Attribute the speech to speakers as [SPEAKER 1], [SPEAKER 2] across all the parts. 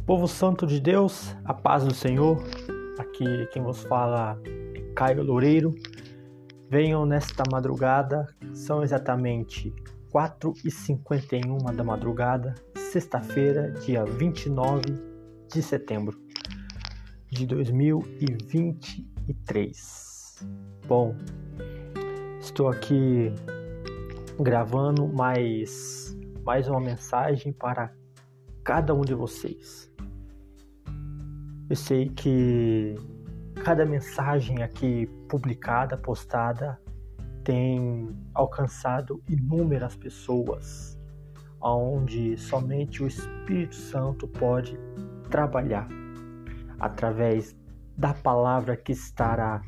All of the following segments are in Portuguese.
[SPEAKER 1] Povo santo de Deus, a paz do Senhor. Aqui quem vos fala é Caio Loureiro. Venham nesta madrugada, são exatamente 4h51 da madrugada, sexta-feira, dia 29 de setembro de 2023. Bom, estou aqui gravando mais uma mensagem para cada um de vocês. Eu sei que cada mensagem aqui publicada, postada, tem alcançado inúmeras pessoas, onde somente o Espírito Santo pode trabalhar através da palavra que estará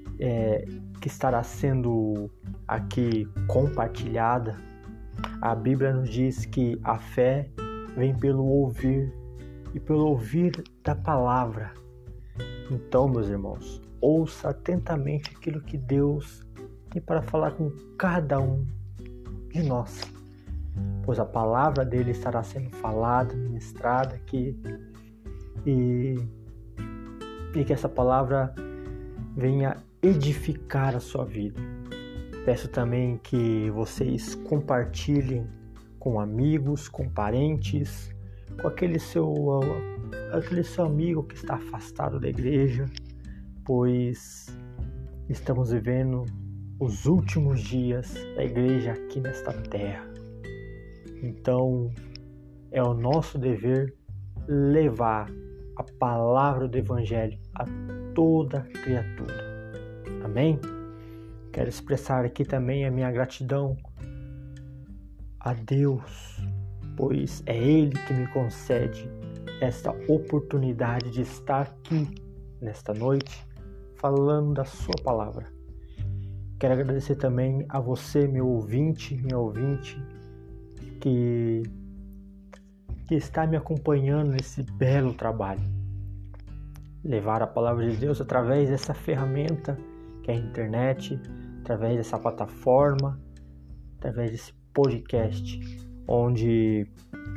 [SPEAKER 1] sendo aqui compartilhada. A Bíblia nos diz que a fé vem pelo ouvir e pelo ouvir da palavra. Então, meus irmãos, ouça atentamente aquilo que Deus tem para falar com cada um de nós, pois a palavra dele estará sendo falada, ministrada aqui, e que essa palavra venha edificar a sua vida. Peço também que vocês compartilhem com amigos, com parentes, com aquele seu amigo que está afastado da igreja, pois estamos vivendo os últimos dias da igreja aqui nesta terra. Então, é o nosso dever levar a palavra do Evangelho a toda criatura. Amém? Quero expressar aqui também a minha gratidão a Deus, pois é Ele que me concede esta oportunidade de estar aqui nesta noite falando da sua palavra. Quero agradecer também a você, meu ouvinte, minha ouvinte, que está me acompanhando nesse belo trabalho. Levar a palavra de Deus através dessa ferramenta que é a internet, através dessa plataforma, através desse podcast, onde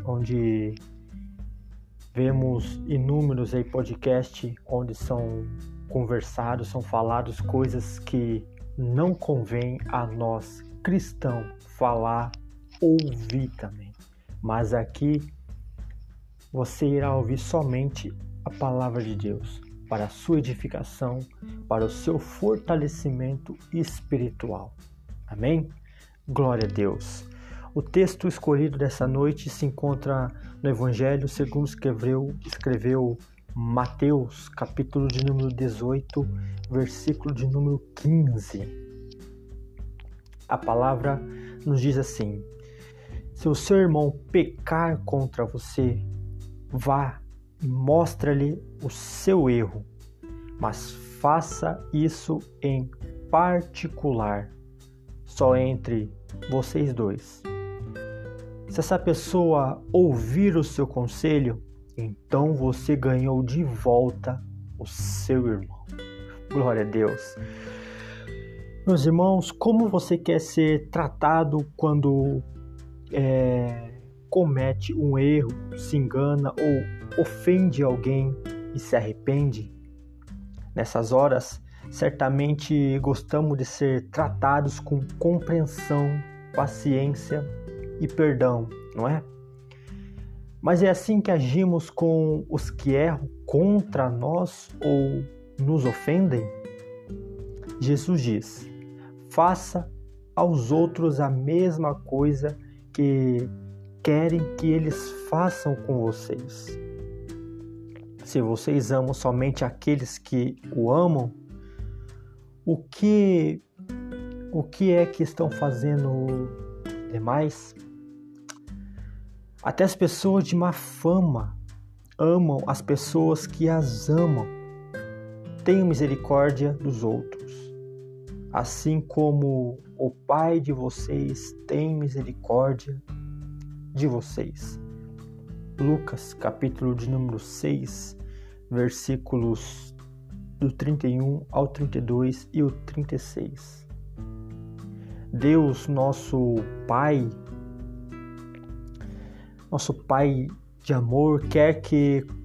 [SPEAKER 1] vemos inúmeros podcasts onde são conversados, são falados coisas que não convém a nós cristãos falar, ouvir também. Mas aqui você irá ouvir somente a palavra de Deus, para a sua edificação, para o seu fortalecimento espiritual. Amém? Glória a Deus. O texto escolhido dessa noite se encontra no Evangelho segundo escreveu Mateus, capítulo de número 18, versículo de número 15. A palavra nos diz assim: se o seu irmão pecar contra você, vá e mostra-lhe o seu erro, mas faça isso em particular, só entre vocês dois. Se essa pessoa ouvir o seu conselho, então você ganhou de volta o seu irmão. Glória a Deus. Meus irmãos, como você quer ser tratado quando comete um erro, se engana ou ofende alguém e se arrepende? Nessas horas, certamente gostamos de ser tratados com compreensão, paciência e perdão, não é? Mas é assim que agimos com os que erram contra nós ou nos ofendem? Jesus diz: faça aos outros a mesma coisa que querem que eles façam com vocês. Se vocês amam somente aqueles que o amam, o que é que estão fazendo demais? Até as pessoas de má fama amam as pessoas que as amam. Tenham misericórdia dos outros, assim como o Pai de vocês tem misericórdia de vocês. Lucas, capítulo de número 6, versículos do 31 ao 32 e o 36. Deus, nosso Pai de amor, quer que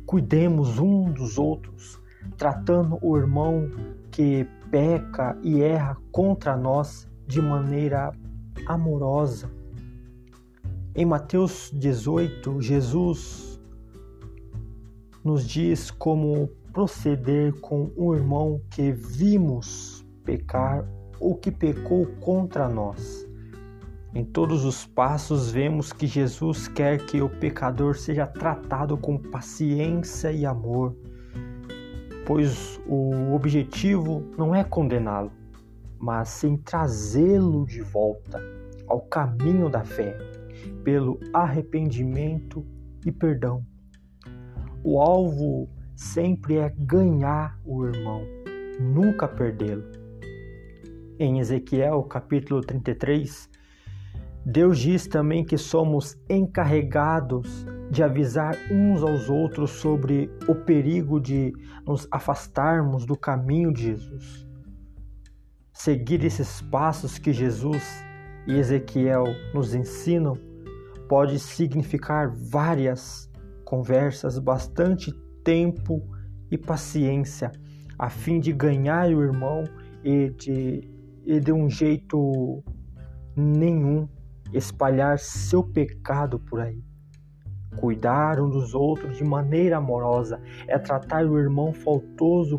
[SPEAKER 1] cuidemos um dos outros, tratando o irmão que peca e erra contra nós de maneira amorosa. Em Mateus 18, Jesus nos diz como proceder com o irmão que vimos pecar ou que pecou contra nós. Em todos os passos vemos que Jesus quer que o pecador seja tratado com paciência e amor, pois o objetivo não é condená-lo, mas sim trazê-lo de volta ao caminho da fé, pelo arrependimento e perdão. O alvo sempre é ganhar o irmão, nunca perdê-lo. Em Ezequiel capítulo 33, Deus diz também que somos encarregados de avisar uns aos outros sobre o perigo de nos afastarmos do caminho de Jesus. Seguir esses passos que Jesus e Ezequiel nos ensinam pode significar várias conversas, bastante tempo e paciência, a fim de ganhar o irmão e de um jeito nenhum espalhar seu pecado por aí. Cuidar um dos outros de maneira amorosa é tratar o irmão faltoso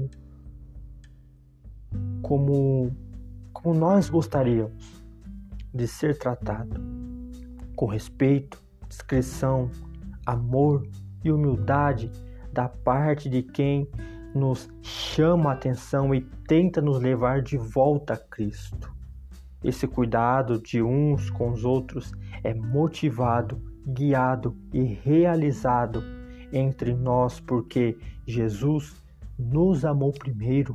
[SPEAKER 1] como nós gostaríamos de ser tratado, com respeito, discrição, amor e humildade da parte de quem nos chama a atenção e tenta nos levar de volta a Cristo. Esse cuidado de uns com os outros é motivado, guiado e realizado entre nós porque Jesus nos amou primeiro.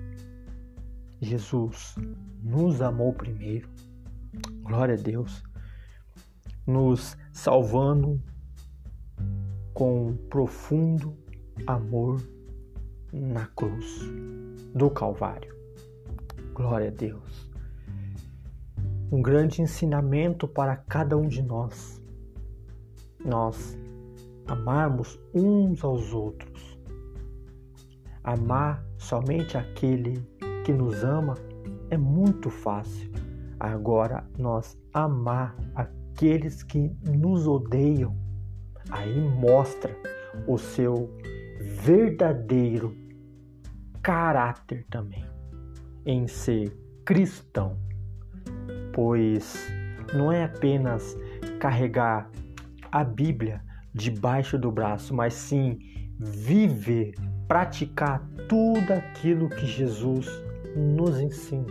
[SPEAKER 1] Jesus nos amou primeiro. Glória a Deus. Nos salvando com profundo amor na cruz do Calvário. Glória a Deus. Um grande ensinamento para cada um de nós. Nós amarmos uns aos outros. Amar somente aquele que nos ama é muito fácil. Agora, nós amar aqueles que nos odeiam, aí mostra o seu verdadeiro caráter também em ser cristão. Pois não é apenas carregar a Bíblia debaixo do braço, mas sim viver, praticar tudo aquilo que Jesus nos ensina.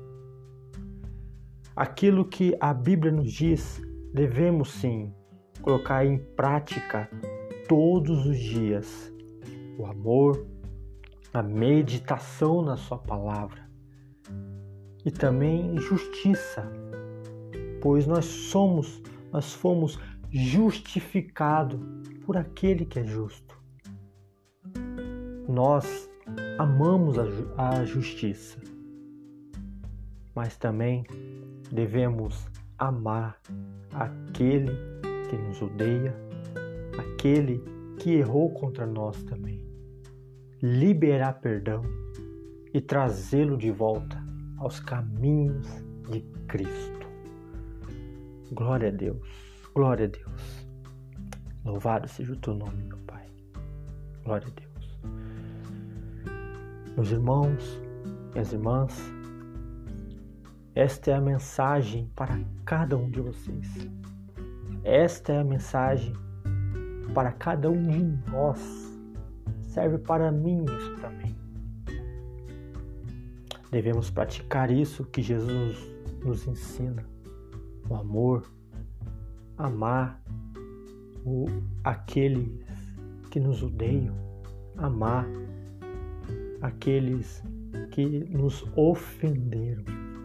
[SPEAKER 1] Aquilo que a Bíblia nos diz, devemos sim colocar em prática todos os dias. O amor, a meditação na sua palavra e também justiça, pois nós fomos justificados por aquele que é justo. Nós amamos a justiça, mas também devemos amar aquele que nos odeia, aquele que errou contra nós também. Liberar perdão e trazê-lo de volta aos caminhos de Cristo. Glória a Deus, glória a Deus. Louvado seja o teu nome, meu Pai. Glória a Deus. Meus irmãos, minhas irmãs, esta é a mensagem para cada um de vocês. Esta é a mensagem para cada um de nós. Serve para mim isso também. Devemos praticar isso que Jesus nos ensina. O amor, amar aqueles que nos odeiam, amar aqueles que nos ofenderam.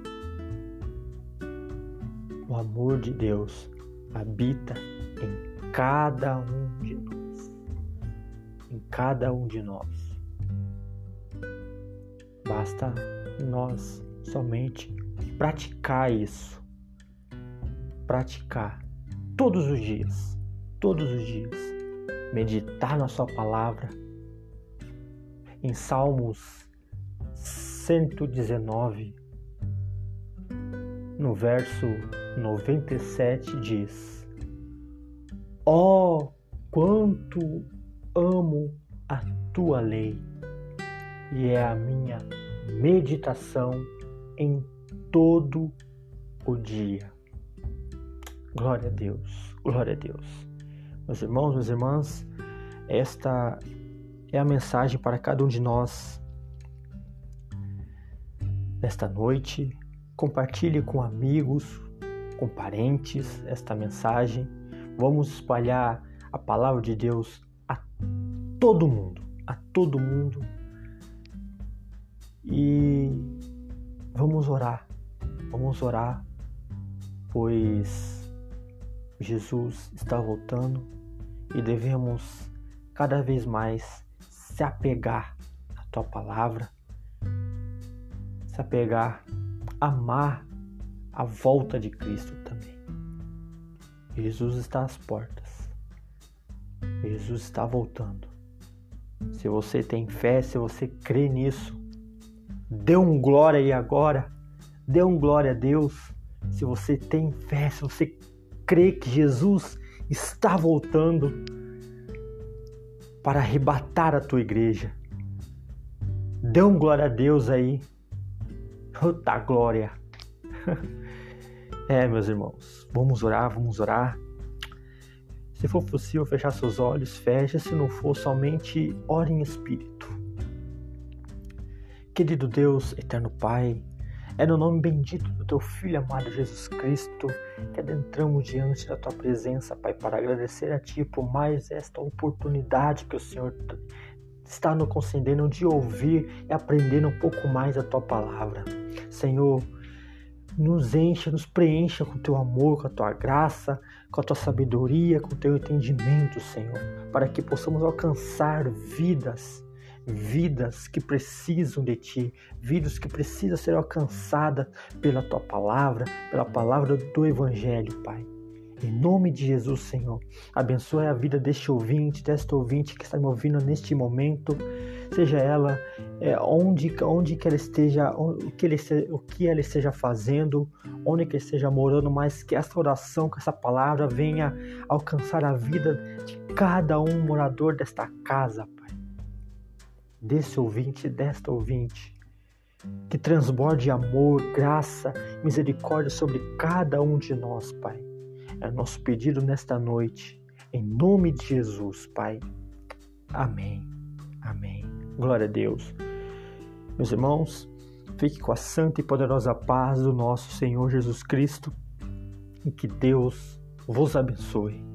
[SPEAKER 1] O amor de Deus habita em cada um de nós. Em cada um de nós. Basta nós somente praticar isso. Praticar todos os dias. Todos os dias. meditar na sua palavra. Em Salmos 119, no verso 97 diz: ó, quanto amo a tua lei, e é a minha meditação em todo o dia. Glória a Deus, glória a Deus. Meus irmãos, minhas irmãs, esta é a mensagem para cada um de nós nesta noite. Compartilhe com amigos, com parentes esta mensagem. Vamos espalhar a palavra de Deus a todo mundo, e vamos orar, pois Jesus está voltando e devemos cada vez mais se apegar à tua palavra, se apegar, amar a volta de Cristo também. Jesus está às portas. Jesus está voltando. Se você tem fé, se você crê nisso, dê um glória aí agora. Dê um glória a Deus. Se você tem fé, se você crê que Jesus está voltando para arrebatar a tua igreja, dê um glória a Deus aí. Outra glória. Meus irmãos, vamos orar. Se for possível fechar seus olhos, feche. Se não for, somente ore em espírito. Querido Deus, eterno Pai, é no nome bendito do teu Filho amado Jesus Cristo que adentramos diante da tua presença, Pai, para agradecer a ti por mais esta oportunidade que o Senhor está nos concedendo de ouvir e aprender um pouco mais a tua palavra. Senhor, nos encha, nos preencha com o teu amor, com a tua graça, com a tua sabedoria, com o teu entendimento, Senhor, para que possamos alcançar vidas que precisam de ti, vidas que precisam ser alcançadas pela tua palavra, pela palavra do Evangelho, Pai. Em nome de Jesus, Senhor, abençoe a vida desta ouvinte que está me ouvindo neste momento, seja ela onde que ela esteja, o que ela esteja fazendo, onde que ela esteja morando, mas que essa oração, que essa palavra venha alcançar a vida de cada um morador desta casa, Pai, desse ouvinte, desta ouvinte, que transborde amor, graça, misericórdia sobre cada um de nós, Pai. É o nosso pedido nesta noite, em nome de Jesus, Pai. Amém. Amém. Glória a Deus. Meus irmãos, fique com a santa e poderosa paz do nosso Senhor Jesus Cristo e que Deus vos abençoe.